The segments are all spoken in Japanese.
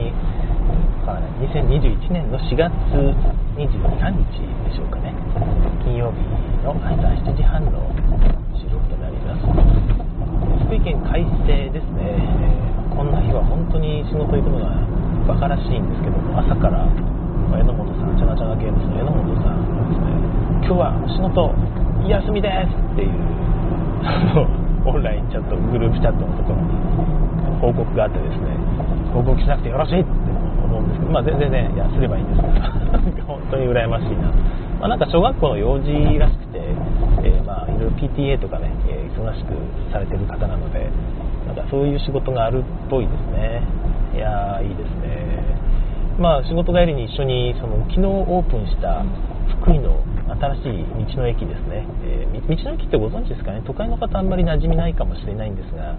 に2021年の4月23日でしょうかね、金曜日の朝7時半の収録となります。福井県快晴ですね。こんな日は本当に仕事行くのがバカらしいんですけども、朝から榎本さん、チャナチャナゲームズの榎本さんがですね、今日は仕事休みですっていうオンラインチャット、グループチャットのところに報告があってですね、報告しなくてよろしいって思うんですけど、全然ね、すればいいんですが本当に羨ましいな。なんか小学校の幼児らしくて、いろいろ PTA とかね、忙しくされてる方なので、なんかそういう仕事があるっぽいですね。いやー、いいですね。仕事帰りに一緒に昨日オープンした福井の新しい道の駅ですね、道の駅ってご存知ですかね。都会の方あんまり馴染みないかもしれないんですが、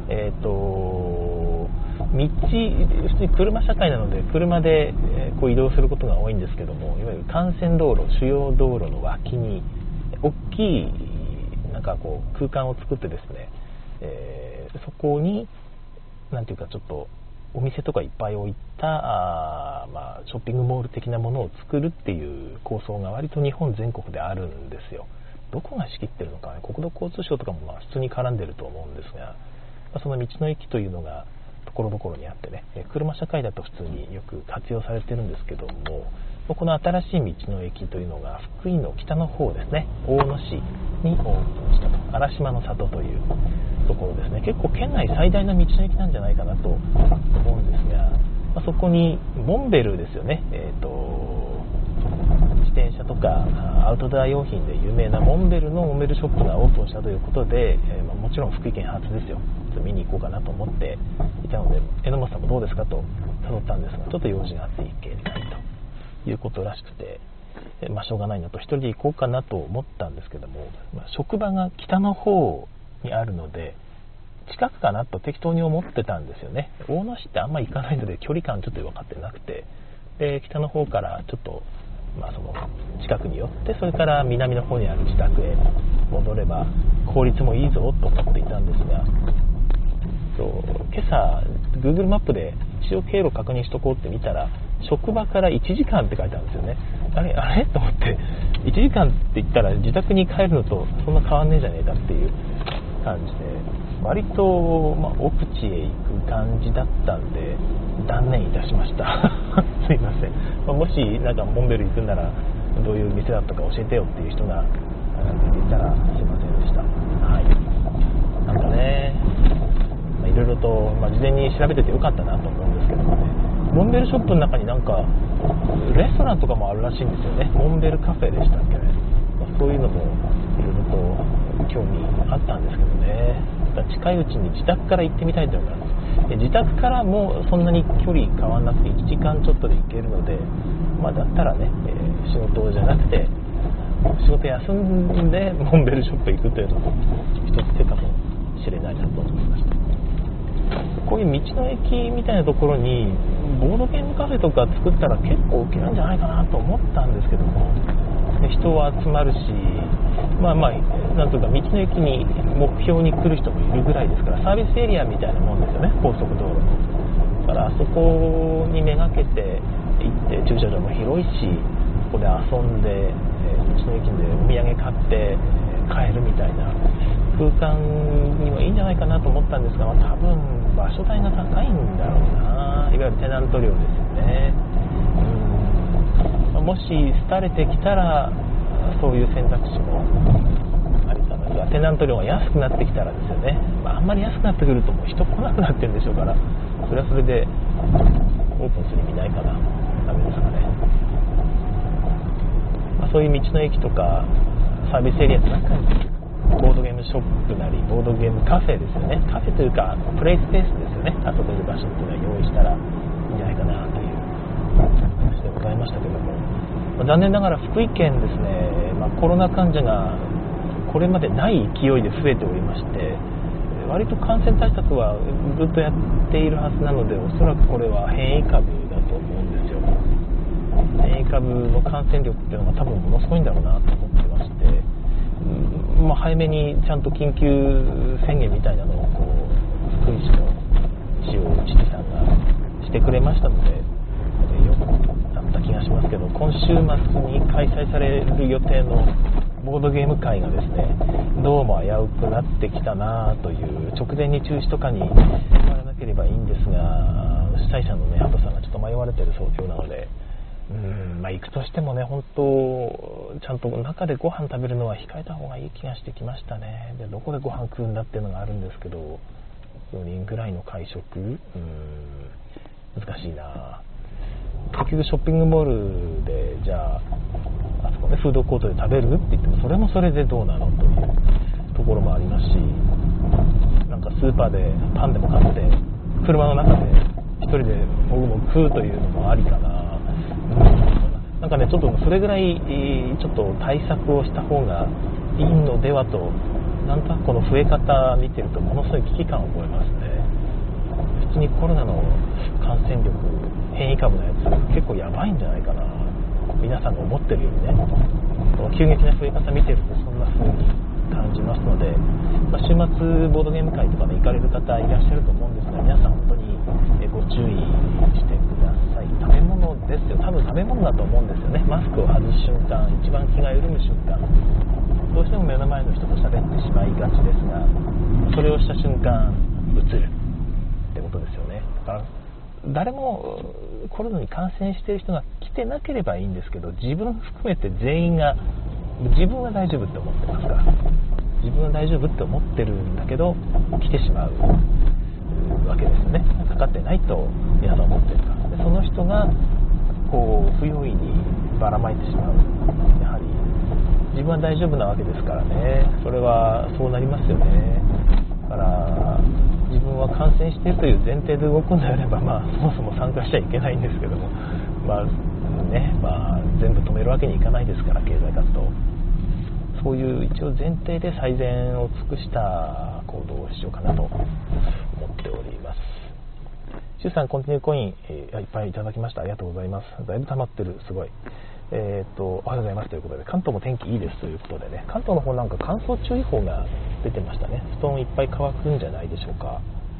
普通に車社会なので車で移動することが多いんですけども、いわゆる幹線道路、主要道路の脇に大きい空間を作ってですね、そこになんていうかちょっとお店とかいっぱい置いたショッピングモール的なものを作るっていう構想が割と日本全国であるんですよ。どこが仕切ってるのかね、国土交通省とかも普通に絡んでると思うんですが、その道の駅というのがところどころにあってね、車社会だと普通によく活用されてるんですけども、この新しい道の駅というのが福井の北の方ですね、大野市にオープンしたと、荒島の里というところですね。結構県内最大の道の駅なんじゃないかなと思うんですが、そこにモンベルですよね、自転車とかアウトドア用品で有名なモンベルのモンベルショップがオープンしたということで、もちろん福井県初ですよ。見に行こうかなと思っていたので、榎本さんもどうですかと誘ったんですが、ちょっと用事があって行けないということらしくて、しょうがないなと一人で行こうかなと思ったんですけども、職場が北の方にあるので近くかなと適当に思ってたんですよね。大野市ってあんまり行かないので距離感ちょっと分かってなくて、で北の方からちょっとその近くに寄って、それから南の方にある自宅へ戻れば効率もいいぞと思っていたんですが、今朝 Google マップで一応経路確認しとこうって見たら、職場から1時間って書いてあるんですよね。あれと思って、1時間って言ったら自宅に帰るのとそんな変わんねえじゃねえかっていう感じで、割と奥地へ行く感じだったんで断念いたしましたすいません。もしモンベル行くんならどういう店だったか教えてよっていう人がいたらすいませんでした。はい、なんかね、いろいろと、事前に調べててよかったなと思うんですけどもね、モンベルショップの中にレストランとかもあるらしいんですよね。モンベルカフェでしたっけね。そういうのもいろいろと興味あったんですけどね。近いうちに自宅から行ってみたいと思います。自宅からもそんなに距離変わらなくて1時間ちょっとで行けるので、だったらね、仕事じゃなくて仕事休んでモンベルショップ行くというのも一つ手かもしれないなと思いました。こういう道の駅みたいなところにボードゲームカフェとか作ったら結構大きなんじゃないかなと思ったんですけども、人は集まるし、なんとか道の駅に目標に来る人もいるぐらいですから、サービスエリアみたいなもんですよね、高速道路の。だからあそこにめがけて行って駐車場も広いし、ここで遊んで、道の駅でお土産買って帰るみたいな空間にはいいんじゃないかなと思ったんですが、多分場所代が高いんだろうな。いわゆるテナント料ですよね。もし廃れてきたらそういう選択肢もありかな。テナント料が安くなってきたらですよね。あんまり安くなってくるともう人来なくなってるんでしょうから、それはそれでオープンする意味ないかな。ダメですかね。そういう道の駅とかサービスエリアの中にボードゲームショップなりボードゲームカフェですよね。カフェというかプレイスペースですよね。遊べる場所っていうのは用意したらいいんじゃないかなという話でございましたけども、残念ながら福井県ですね、コロナ患者がこれまでない勢いで増えておりまして、割と感染対策はずっとやっているはずなので、おそらくこれは変異株だと思うんですよ。変異株の感染力っていうのが多分ものすごいんだろうなと思ってまして、早めにちゃんと緊急宣言みたいなのを福井市の市長知事さんがしてくれましたので、よくなった気がしますけど、今週末に開催される予定のボードゲーム会がですね、どうも危うくなってきたなという、直前に中止とかにならなければいいんですが、主催者のね、畑さんがちょっと迷われているそうなので、行くとしてもね、本当ちゃんと中でご飯食べるのは控えた方がいい気がしてきましたね。で、どこでご飯食うんだっていうのがあるんですけど、4人ぐらいの会食、難しいな。結局ショッピングモールで、じゃあそこね、フードコートで食べるって言っても、それもそれでどうなのというところもありますし、なんかスーパーでパンでも買って車の中で一人でもぐもぐ食うというのもありかな。なんかね、ちょっとそれぐらいちょっと対策をした方がいいのではと、なんとなくこの増え方見てるとものすごい危機感を覚えますね。普通にコロナの感染力、変異株のやつ結構やばいんじゃないかな、皆さんが思ってるようにね。急激な増え方見てるとそんな風に感じますので、週末ボードゲーム会とかね、行かれる方いらっしゃると思うんですが、皆さん本当にご注意してください。食べ物ですよ、多分食べ物だと思うんですよね。マスクを外す瞬間、一番気が緩む瞬間、どうしても目の前の人と喋ってしまいがちですが、それをした瞬間映るってことですよね。だから誰もコロナに感染している人が来てなければいいんですけど、自分含めて全員が自分は大丈夫って思ってますから、自分は大丈夫って思ってるんだけど来てしまうわけですよね。かかってないと皆さん思ってるから。でその人がこう不用意にばらまいてしまう。やはり自分は大丈夫なわけですからね。それはそうなりますよね。だから自分は感染しているという前提で動くのであれば、そもそも参加しちゃいけないんですけども、全部止めるわけにいかないですから、経済活動。そういう一応前提で最善を尽くした行動をしようかなと思っております。シュウさん、コンティニューコイン、いっぱいいただきました。ありがとうございます。だいぶ溜まってる、すごい。おはようございますということで、関東も天気いいですということでね、関東の方なんか乾燥注意報が出てましたね。布団いっぱい乾くんじゃないでしょうか。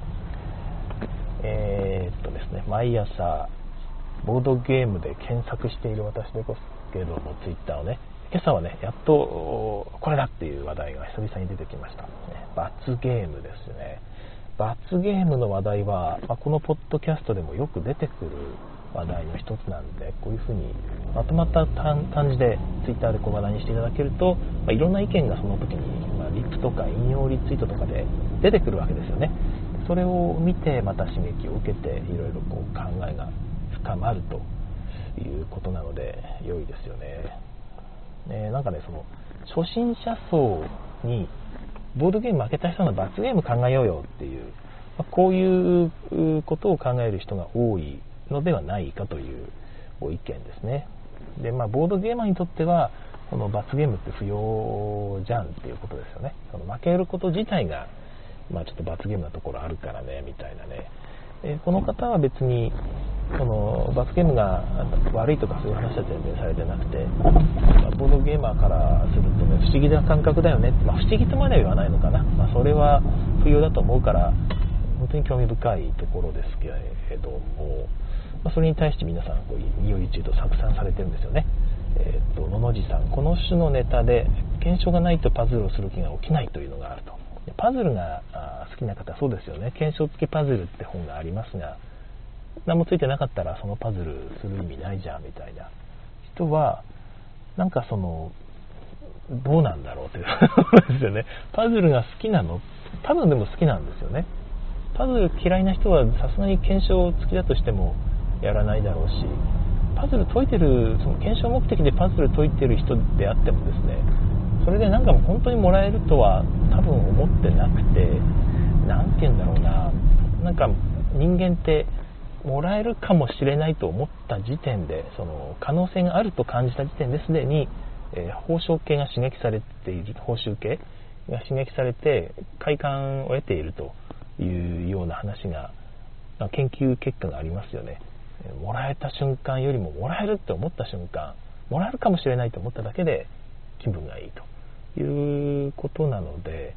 ですね、毎朝ボードゲームで検索している私ですけれども、ツイッターをね、今朝はね、やっとこれだっていう話題が久々に出てきました。罰ゲームですね。罰ゲームの話題は、このポッドキャストでもよく出てくる話題の一つなんで、こういうふうにまとまった感じでツイッターで話題にしていただけると、いろんな意見がその時に、リプとか引用リツイートとかで出てくるわけですよね。それを見てまた刺激を受けて、いろいろ考えが深まるということなので良いですよね。なんかね、その初心者層にボードゲーム負けた人の罰ゲーム考えようよっていう、こういうことを考える人が多いのではないかというご意見ですね。で、ボードゲーマーにとってはこの罰ゲームって不要じゃんっていうことですよね。その負けること自体がちょっと罰ゲームなところあるからねみたいなね。この方は別にその罰ゲームが悪いとかそういう話は全然されてなくて、ボードゲーマーからするとね、不思議な感覚だよねって、不思議とまでは言わないのかな。それは不要だと思うから本当に興味深いところですけれども、それに対して皆さん引用リツイート拡散されてるんですよね。ののじさん、この種のネタで検証がないとパズルをする気が起きないというのがあると。パズルが好きな方、そうですよね。検証付きパズルって本がありますが、何もついてなかったらそのパズルする意味ないじゃんみたいな人は、なんかどうなんだろうというですよね。パズルが好きなの？多分でも好きなんですよね。パズル嫌いな人はさすがに検証付きだとしてもやらないだろうし、パズル解いてる、その検証目的でパズル解いてる人であってもですね、それでなんか本当にもらえるとは多分思ってなくて、なんて言うんだろうな、なんか人間ってもらえるかもしれないと思った時点で、その可能性があると感じた時点ですでに、報酬系が刺激されている、報酬系が刺激されて快感を得ているというような話が、研究結果がありますよね。もらえた瞬間よりももらえるって思った瞬間、もらえるかもしれないと思っただけで気分がいいということなので、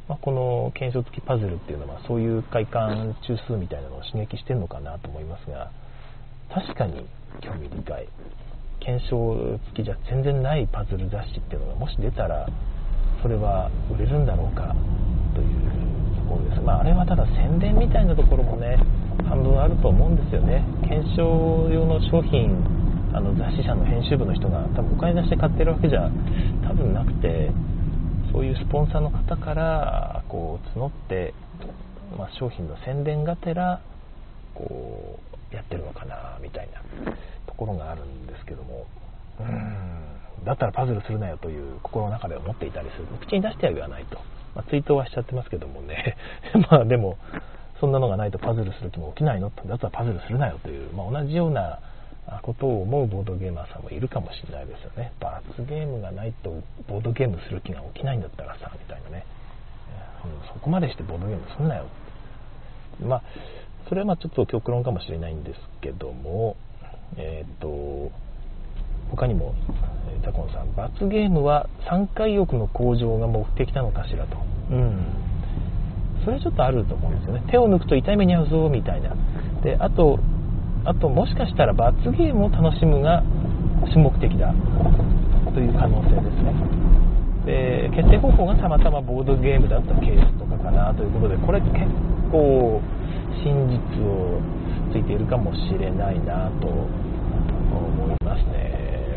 この検証付きパズルっていうのはそういう快感中枢みたいなのを刺激してるのかなと思いますが、確かに興味深い。検証付きじゃ全然ないパズル雑誌っていうのがもし出たら、それは売れるんだろうかというところです。あれはただ宣伝みたいなところもね、半分あると思うんですよね。検証用の商品、雑誌社の編集部の人が多分お金出して買ってるわけじゃ多分なくて、そういうスポンサーの方からこう募って、商品の宣伝がてらこうやってるのかなみたいなところがあるんですけども、だったらパズルするなよという心の中で思っていたりする。口に出しては言わないと、ツイートはしちゃってますけどもねでもそんなのがないとパズルする気も起きないのと、だったらパズルするなよという、同じようなことを思うボードゲーマーさんもいるかもしれないですよね。罰ゲームがないとボードゲームする気が起きないんだったらさみたいなね、そこまでしてボードゲームすんなよ。それはちょっと極論かもしれないんですけども、他にもタコンさん、罰ゲームは参加意欲の向上が目的なのかしらと。それはちょっとあると思うんですよね。手を抜くと痛い目に遭うぞみたいな。で、あともしかしたら罰ゲームを楽しむが主目的だという可能性ですね。で、決定方法がたまたまボードゲームだったケースとかかなということで、これ結構真実をついているかもしれないなと思いますね。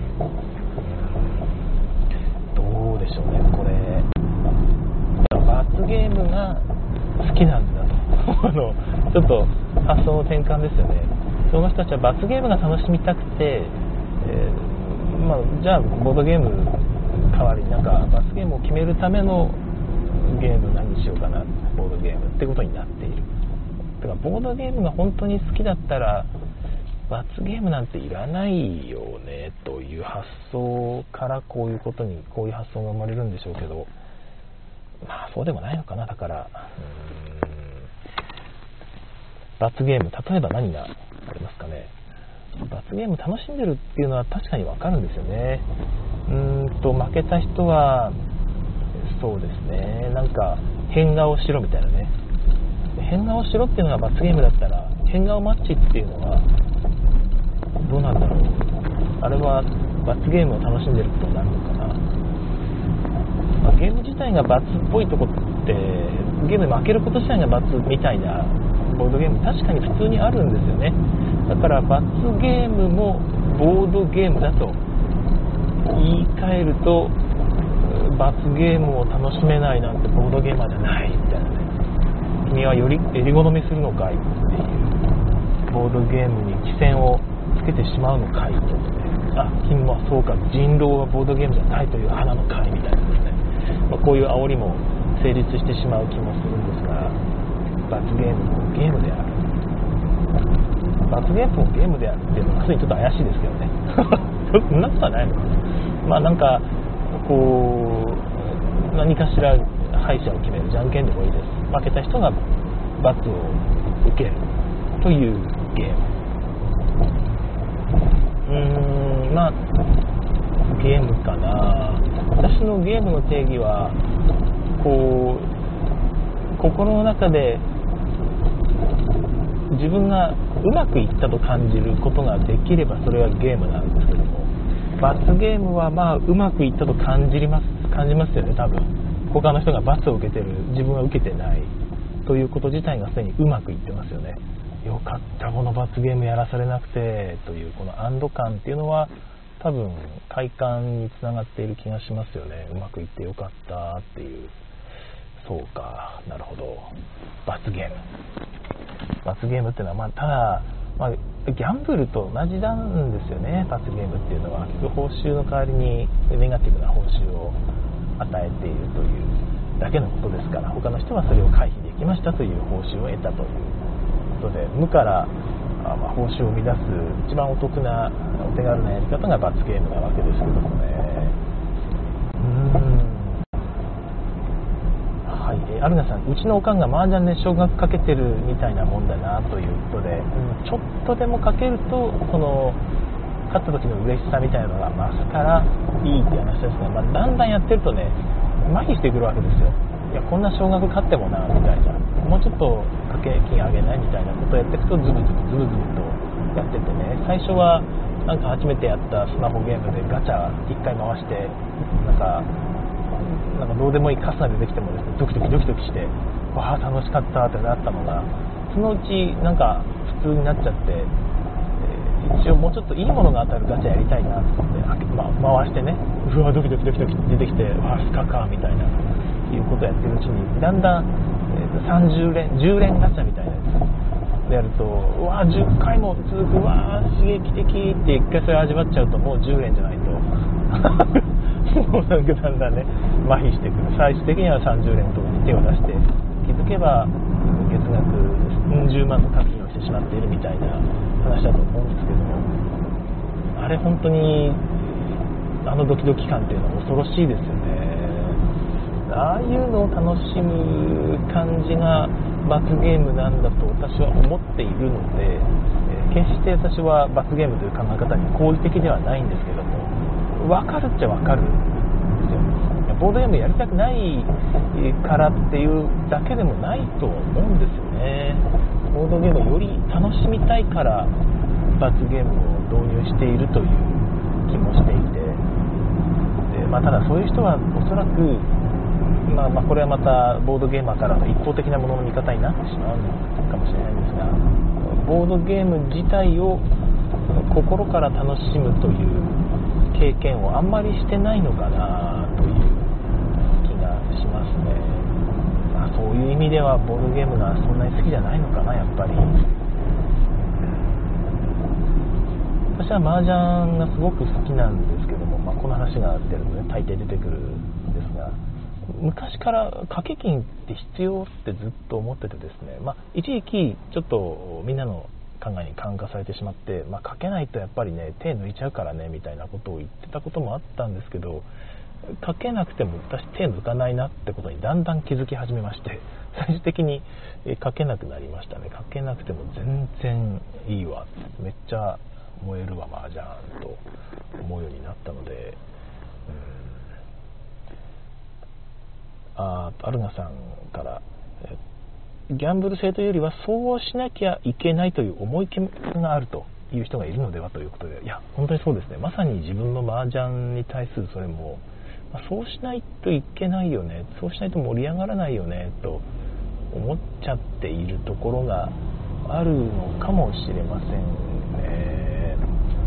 どうでしょうね、これ罰ゲームが好きなんだとちょっと発想の転換ですよね。その人たちは罰ゲームが楽しみたくて、じゃあボードゲーム代わりに罰ゲームを決めるためのゲーム何にしようかな、ボードゲームってことになっている。だからボードゲームが本当に好きだったら罰ゲームなんていらないよねという発想からこういう発想が生まれるんでしょうけど、そうでもないのかな。だから罰ゲーム、例えば何がありますかね。罰ゲーム楽しんでるっていうのは確かにわかるんですよね。負けた人はそうですね、変顔しろみたいなね。変顔しろっていうのが罰ゲームだったら、変顔マッチっていうのはどうなんだろう。あれは罰ゲームを楽しんでることになるのかな。ゲーム自体が罰っぽいとこって、ゲームに負けること自体が罰みたいなボードゲーム確かに普通にあるんですよね。だから罰ゲームもボードゲームだと言い換えると、罰ゲームを楽しめないなんてボードゲーマーじゃないみたいなね。君はより襟好みするのかいっていう、ボードゲームに規制をつけてしまうのかいとね、君もそうか、人狼はボードゲームじゃないという派なのかいみたいなですね。こういう煽りも成立してしまう気もするんですが、罰ゲームもゲームである、罰ゲームもゲームであるっていうのは普通にちょっと怪しいですけどねそんなことはないのかな。何かしら敗者を決めるじゃんけんでもいいです。負けた人が罰を受けるというゲーム。ゲームかな。私のゲームの定義は心の中で自分がうまくいったと感じることができればそれはゲームなんですけども、罰ゲームはうまくいったと感じますよね。多分他の人が罰を受けてる、自分は受けてないということ自体がすでにうまくいってますよね。よかったこの罰ゲームやらされなくてというこの安堵感っていうのは多分快感につながっている気がしますよね。うまくいってよかったっていう。そうか、なるほど。罰ゲームっていうのはただギャンブルと同じなんですよね。罰ゲームっていうのは結局報酬の代わりにネガティブな報酬を与えているというだけのことですから、他の人はそれを回避できましたという報酬を得たということで、無から報酬を生み出す一番お得なお手軽なやり方が罰ゲームなわけですけどもね。はい、アルナさん、うちのおかんが麻雀で少額かけてるみたいなもんだなということで、ちょっとでもかけるとその勝った時の嬉しさみたいなのが増すからいいって話ですね。だんだんやってるとね、麻痺してくるわけですよ。 いやこんな少額買ってもなみたいな、もうちょっと掛け金あげないみたいなことをやっていくとズブズブとやっててね、最初はなんか初めてやったスマホゲームでガチャ1回回してなんかどうでもいいカスが出てきてもですね、ドキドキして、わあ楽しかったってなったのが、そのうちなんか普通になっちゃって、一応もうちょっといいものが当たるガチャやりたいなと思って、回してね、うわドキドキ出てきて、わあスカかみたいないうことをやってるうちに、だんだん、30連10連ガチャみたいなやつでやると、うわ10回も続く、うわ刺激的って1回それ味わっちゃうと、もう10連じゃないともうなんかだんだんね麻痺してくる。最終的には30連と手を出して、気づけば月額10万の課金をしてしまっているみたいな話だと思うんですけども、あれ本当にあのドキドキ感っていうのは恐ろしいですよね。ああいうのを楽しむ感じが罰ゲームなんだと私は思っているので、決して私は罰ゲームという考え方に好意的ではないんですけども、分かるっちゃ分かるんですよ。ボードゲームやりたくないからっていうだけでもないと思うんですよね。ボードゲームをより楽しみたいから罰ゲームを導入しているという気もしていて、で、ただそういう人はおそらくこれはまたボードゲーマーからの一方的なものの見方になってしまうのかもしれないんですが、ボードゲーム自体を心から楽しむという経験をあんまりしてないのかなという気がしますね。そういう意味ではボードゲームがそんなに好きじゃないのかな、やっぱり。私は麻雀がすごく好きなんですけども、この話が出るとね大抵出てくるんですが、昔から掛け金って必要ってずっと思っててですね、一時期ちょっとみんなの考えに感化されてしまって、かけないとやっぱりね手抜いちゃうからねみたいなことを言ってたこともあったんですけど、かけなくても私手抜かないなってことにだんだん気づき始めまして、最終的にかけなくなりましたね。かけなくても全然いいわ、めっちゃ燃えるわ麻雀と思うようになったので、アルナさんからギャンブル性というよりはそうしなきゃいけないという思い込みがあるという人がいるのではということで、いや本当にそうですね。まさに自分の麻雀に対するそれも、そうしないといけないよね、そうしないと盛り上がらないよねと思っちゃっているところがあるのかもしれませんね。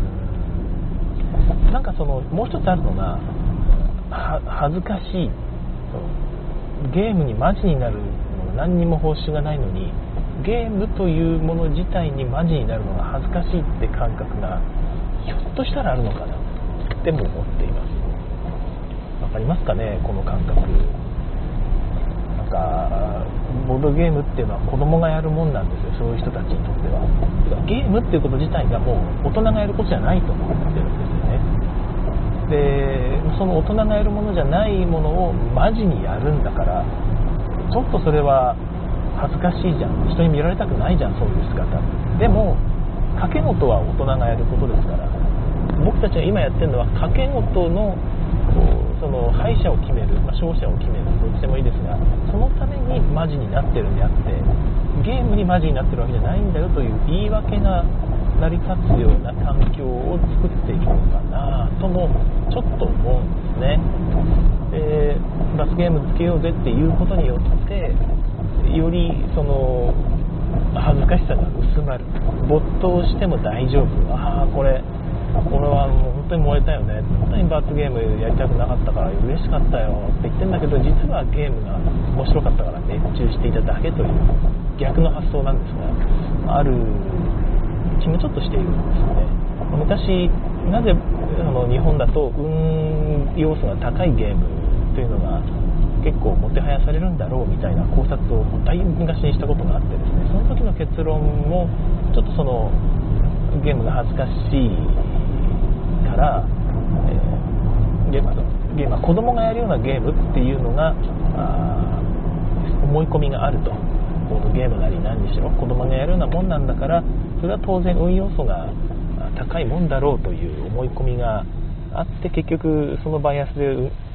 なんかもう一つあるのが恥ずかしい、ゲームにマジになるの何にも報酬がないのにゲームというもの自体にマジになるのが恥ずかしいって感覚がひょっとしたらあるのかなっても思っています。わかりますかね、この感覚。なんかボードゲームっていうのは子供がやるもんなんですよ、そういう人たちにとっては。ゲームっていうこと自体がもう大人がやることじゃないと思ってるんですよね。でその大人がやるものじゃないものをマジにやるんだから、ちょっとそれは恥ずかしいじゃん、人に見られたくないじゃん、そういう姿。でも賭け事は大人がやることですから、僕たちが今やってるのは賭け事のその敗者を決める、勝者を決める、どっちでもいいですが、そのためにマジになってるんであって、ゲームにマジになってるわけじゃないんだよという言い訳が成り立つような環境を作っていくのかなともちょっと思うんですね。罰ゲームつけようぜっていうことによってよりその恥ずかしさが薄まる、没頭しても大丈夫、これはもう本当に燃えたよね、本当に罰ゲームやりたくなかったから嬉しかったよって言ってんだけど、実はゲームが面白かったから熱中していただけという逆の発想なんですが、ある気もちょっとしているんですよね。昔なぜ日本だと運要素が高いゲームというのが結構もてはやされるんだろうみたいな考察をだいぶ昔にしたことがあってですね、その時の結論もちょっとゲームが恥ずかしいから、ゲームは子供がやるようなゲームっていうのが思い込みがあると。ボードゲームなり何にしろ子供がやるようなもんなんだから、それは当然運要素が高いもんだろうという思い込みがあって、結局そのバイアスで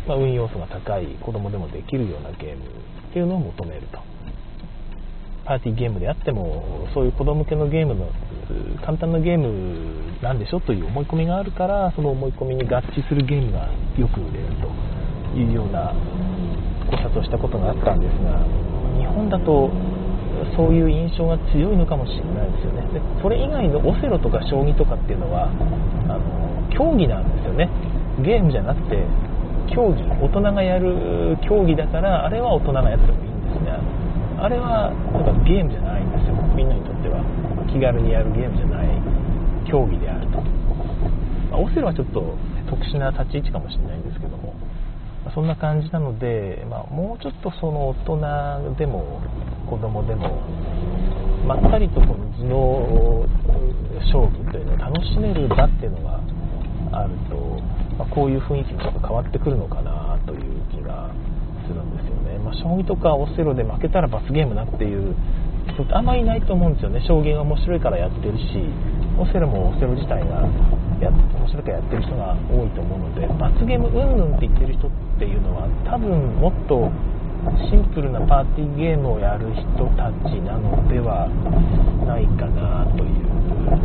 運要素が高い子供でもできるようなゲームっていうのを求めると。パーティーゲームであってもそういう子供向けのゲームの簡単なゲームなんでしょという思い込みがあるから、その思い込みに合致するゲームがよく売れるというような考察をしたことがあったんですが、日本だとそういう印象が強いのかもしれないですよね。でそれ以外のオセロとか将棋とかっていうのは競技なんですよね。ゲームじゃなくて競技、大人がやる競技だから、あれは大人がやってもいいんですが、あれはなんかゲームじゃないんですよ。みんなにとっては気軽にやるゲームじゃない競技であると。オセロはちょっと特殊な立ち位置かもしれないんですけども、そんな感じなので、もうちょっとその大人でも子供でもまったりとこの頭脳勝負というのを楽しめる場っていうのがあると、こういう雰囲気もちょっと変わってくるのかなという気がするんですよね。将棋とかオセロで負けたら罰ゲームなっていう人ってあんまりいないと思うんですよね。将棋が面白いからやってるし、オセロもオセロ自体が面白いからやってる人が多いと思うので、罰ゲームうんぬんって言ってる人っていうのは多分もっとシンプルなパーティーゲームをやる人たちなのではないかなという。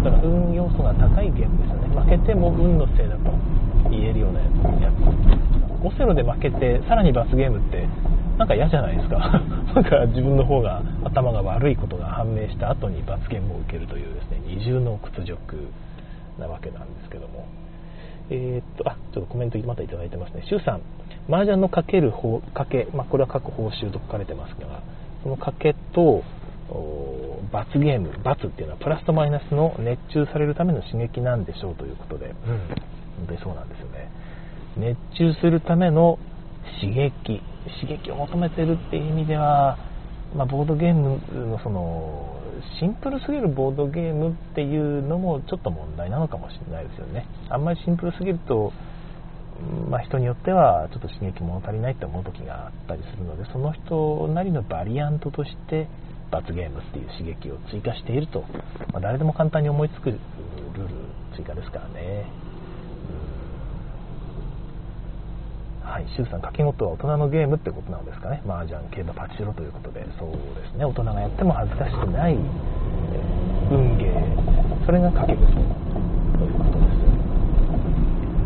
だから運要素が高いゲームですよね。負けても運のせいだと言えるようなやつ。オセロで負けてさらに罰ゲームってなんか嫌じゃないですか。なんか自分の方が頭が悪いことが判明した後に罰ゲームを受けるというですね、二重の屈辱なわけなんですけども、ちょっとコメントまたいただいてますね。シュウさん、麻雀のかけるこれは各報酬と書かれてますが、その賭けと罰ゲーム、罰っていうのはプラスとマイナスの熱中されるための刺激なんでしょうということで、本当にそうなんですよね。熱中するための刺激を求めてるっていう意味では、ボードゲームのそのシンプルすぎるボードゲームっていうのもちょっと問題なのかもしれないですよね。あんまりシンプルすぎると、人によってはちょっと刺激物足りないって思う時があったりするので、その人なりのバリアントとして罰ゲームっていう刺激を追加していると、誰でも簡単に思いつくルール追加ですからね。はい、シュウさん、賭け事は大人のゲームってことなんですかね。麻雀、競馬、パチスロということで、そうですね。大人がやっても恥ずかしくない、運ゲー、それが賭け事ということです。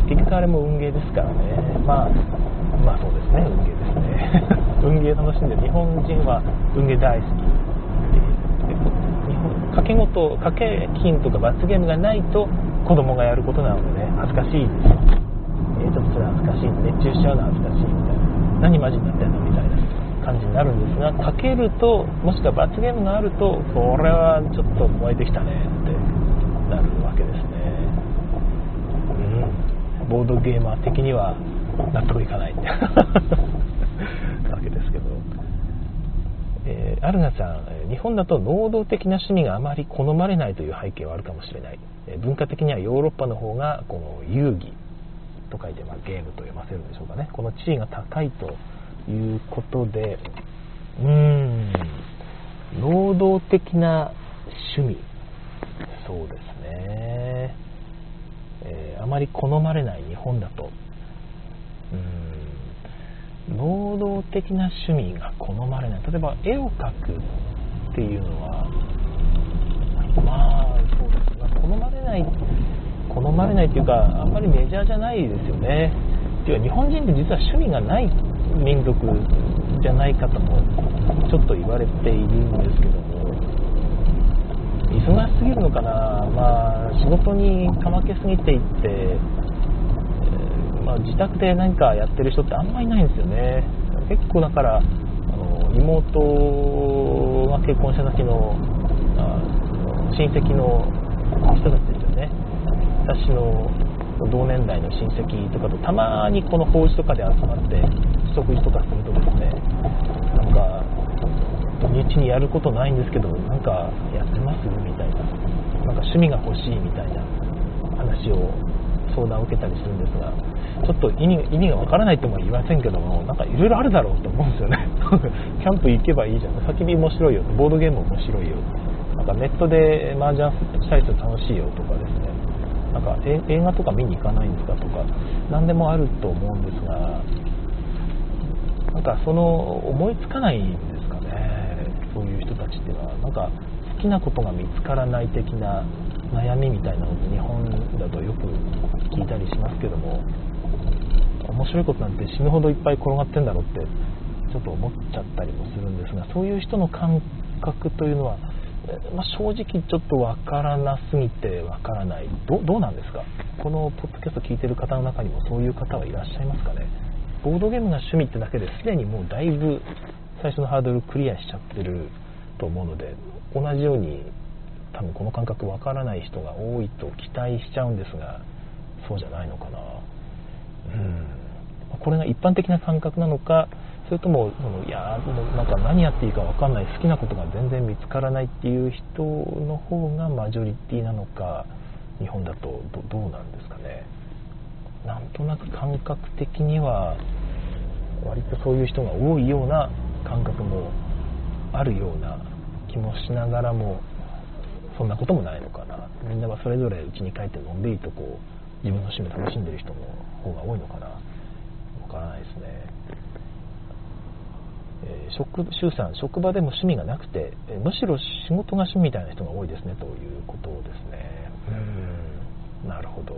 結局あれも運ゲーですからね。そうですね、運ゲーですね。運ゲー楽しんでる日本人は運ゲー大好き。賭け金とか罰ゲームがないと子供がやることなのでね、恥ずかしいんですよ。ちょっとそれ恥ずかしい、熱中しちゃうの恥ずかしいみたいな、何マジになってんのみたいな感じになるんですが、かけると、もしくは罰ゲームがあると、これはちょっと燃えてきたねってなるわけですね。ボードゲーマー的には納得いかないってわけですけど、アルナさん、日本だと能動的な趣味があまり好まれないという背景はあるかもしれない。文化的にはヨーロッパの方がこの遊戯と書いて、ゲームと読ませるんでしょうかね。この地位が高いということで、能動的な趣味、そうですね、あまり好まれない日本だと、能動的な趣味が好まれない。例えば絵を描くっていうのは、そうですね、好まれないというか、あんまりメジャーじゃないですよね。ていうか日本人って実は趣味がない民族じゃないかともちょっと言われているんですけども、忙しすぎるのかな。仕事にかまけすぎていって、自宅で何かやってる人ってあんまりいないんですよね。結構だから妹が結婚した時の親戚の人たちですよね。私の同年代の親戚とかとたまにこの法事とかで集まって食事とかするとですね、なんか土日にやることないんですけどなんかやってますみたいな、なんか趣味が欲しいみたいな話を相談を受けたりするんですが、ちょっと意味がわからないとも言いませんけども、なんかいろいろあるだろうと思うんですよね。キャンプ行けばいいじゃん、焚き火面白いよ、ボードゲーム面白いよ、なんかネットで麻雀したりすると楽しいよとかですね、なんか映画とか見に行かないんですかとか、何でもあると思うんですが、 なんかその思いつかないんですかね、そういう人たちっていうのは。なんか好きなことが見つからない的な悩みみたいなのを日本だとよく聞いたりしますけども、面白いことなんて死ぬほどいっぱい転がってんだろうってちょっと思っちゃったりもするんですが、そういう人の感覚というのは、正直ちょっとわからなすぎてわからない。どうなんですか、このポッドキャスト聞いてる方の中にもそういう方はいらっしゃいますかね。ボードゲームが趣味ってだけですでにもうだいぶ最初のハードルクリアしちゃってると思うので、同じように多分この感覚わからない人が多いと期待しちゃうんですが、そうじゃないのかな。これが一般的な感覚なのか、それともいやもうなんか何やっていいか分かんない、好きなことが全然見つからないっていう人の方がマジョリティなのか、日本だとどうなんですかね。なんとなく感覚的には割とそういう人が多いような感覚もあるような気もしながらも、そんなこともないのかな。みんなはそれぞれ家に帰ってのんびりとこう自分の趣味を楽しんでる人の方が多いのかな、わからないですね。周さん、職場でも趣味がなくて、むしろ仕事が趣味みたいな人が多いですねということですね。なるほど。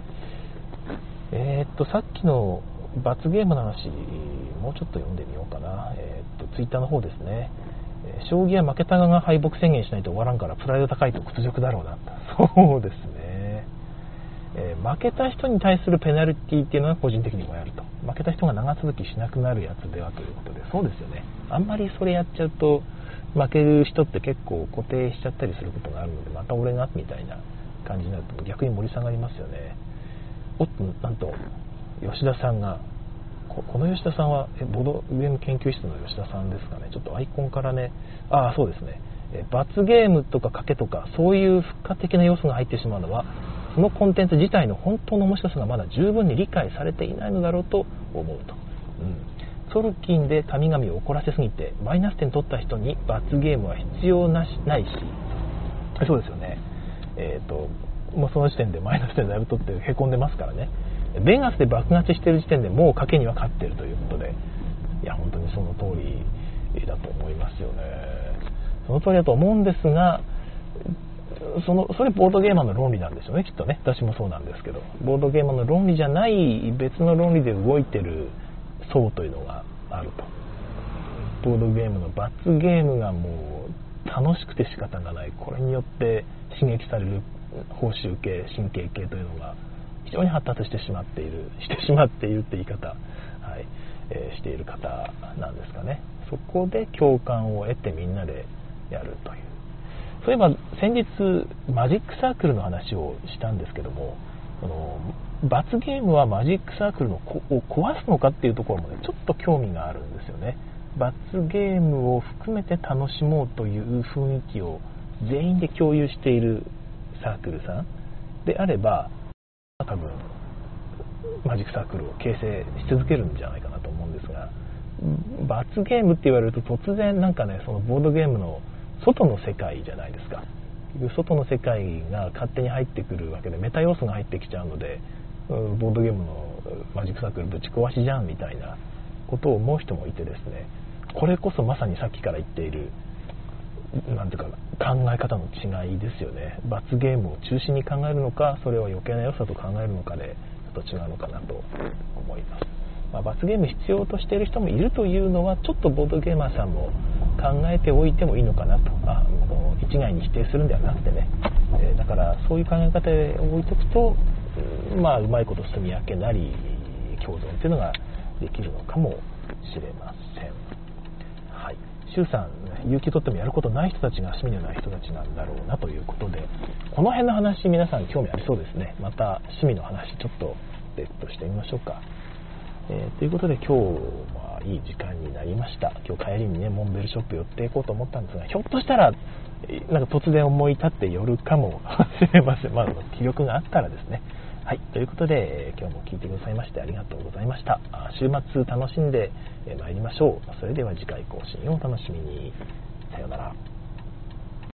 さっきの罰ゲームの話もうちょっと読んでみようかな。ツイッターの方ですね。将棋は負けた側が敗北宣言しないと終わらんからプライド高いと屈辱だろうな。そうですね。負けた人に対するペナルティっていうのは個人的にもやると。負けた人が長続きしなくなるやつではということで、そうですよね。あんまりそれやっちゃうと負ける人って結構固定しちゃったりすることがあるので、また俺がみたいな感じになると逆に盛り下がりますよね。おっと、なんと吉田さんが、この吉田さんはボードゲーム研究室の吉田さんですかね。ちょっとアイコンからね、そうですね。罰ゲームとか賭けとかそういう付加的な要素が入ってしまうのは、そのコンテンツ自体の本当の面白さがまだ十分に理解されていないのだろうと思うと。ソルキンで神々を怒らせすぎてマイナス点取った人に罰ゲームは必要ないし、そうですよね。もうその時点でマイナス点だいぶ取ってへこんでますからね。ベガスで爆勝ちしてる時点でもう賭けには勝ってるということで、いや本当にその通りだと思いますよね。その通りだと思うんですが、それボードゲーマーの論理なんでしょうね、きっとね。私もそうなんですけど、ボードゲーマーの論理じゃない別の論理で動いてる層というのがあると。ボードゲームの罰ゲームがもう楽しくて仕方がない、これによって刺激される報酬系、神経系というのが非常に発達してしまっているって言い方、している方なんですかね。そこで共感を得てみんなでやるという。そういえば先日マジックサークルの話をしたんですけども、罰ゲームはマジックサークルを壊すのかっていうところもね、ちょっと興味があるんですよね。罰ゲームを含めて楽しもうという雰囲気を全員で共有しているサークルさんであれば、多分マジックサークルを形成し続けるんじゃないかなと思うんですが、罰ゲームって言われると突然なんかね、そのボードゲームの外の世界じゃないですか。外の世界が勝手に入ってくるわけで、メタ要素が入ってきちゃうので、ボードゲームのマジックサークルぶち壊しじゃんみたいなことを思う人もいてですね、これこそまさにさっきから言っているなんていうか考え方の違いですよね。罰ゲームを中心に考えるのか、それを余計な良さと考えるのかでちょっと違うのかなと思います。罰ゲーム必要としている人もいるというのはちょっとボードゲーマーさんも考えておいてもいいのかなと。一概に否定するんではなくてね、だからそういう考え方で置いとくと、うまいこと住み分けなり共存というのができるのかもしれません。はい、周さん、勇気を取ってもやることない人たちが趣味のない人たちなんだろうなということで、この辺の話皆さん興味ありそうですね。また趣味の話ちょっと別途してみましょうか。ということで今日はいい時間になりました。今日帰りにね、モンベルショップ寄っていこうと思ったんですが、ひょっとしたらなんか突然思い立って寄るかもしれません。気力があったらですね。はい、ということで今日も聞いてくださいましてありがとうございました。週末楽しんでまいりましょう。それでは次回更新をお楽しみに。さようなら。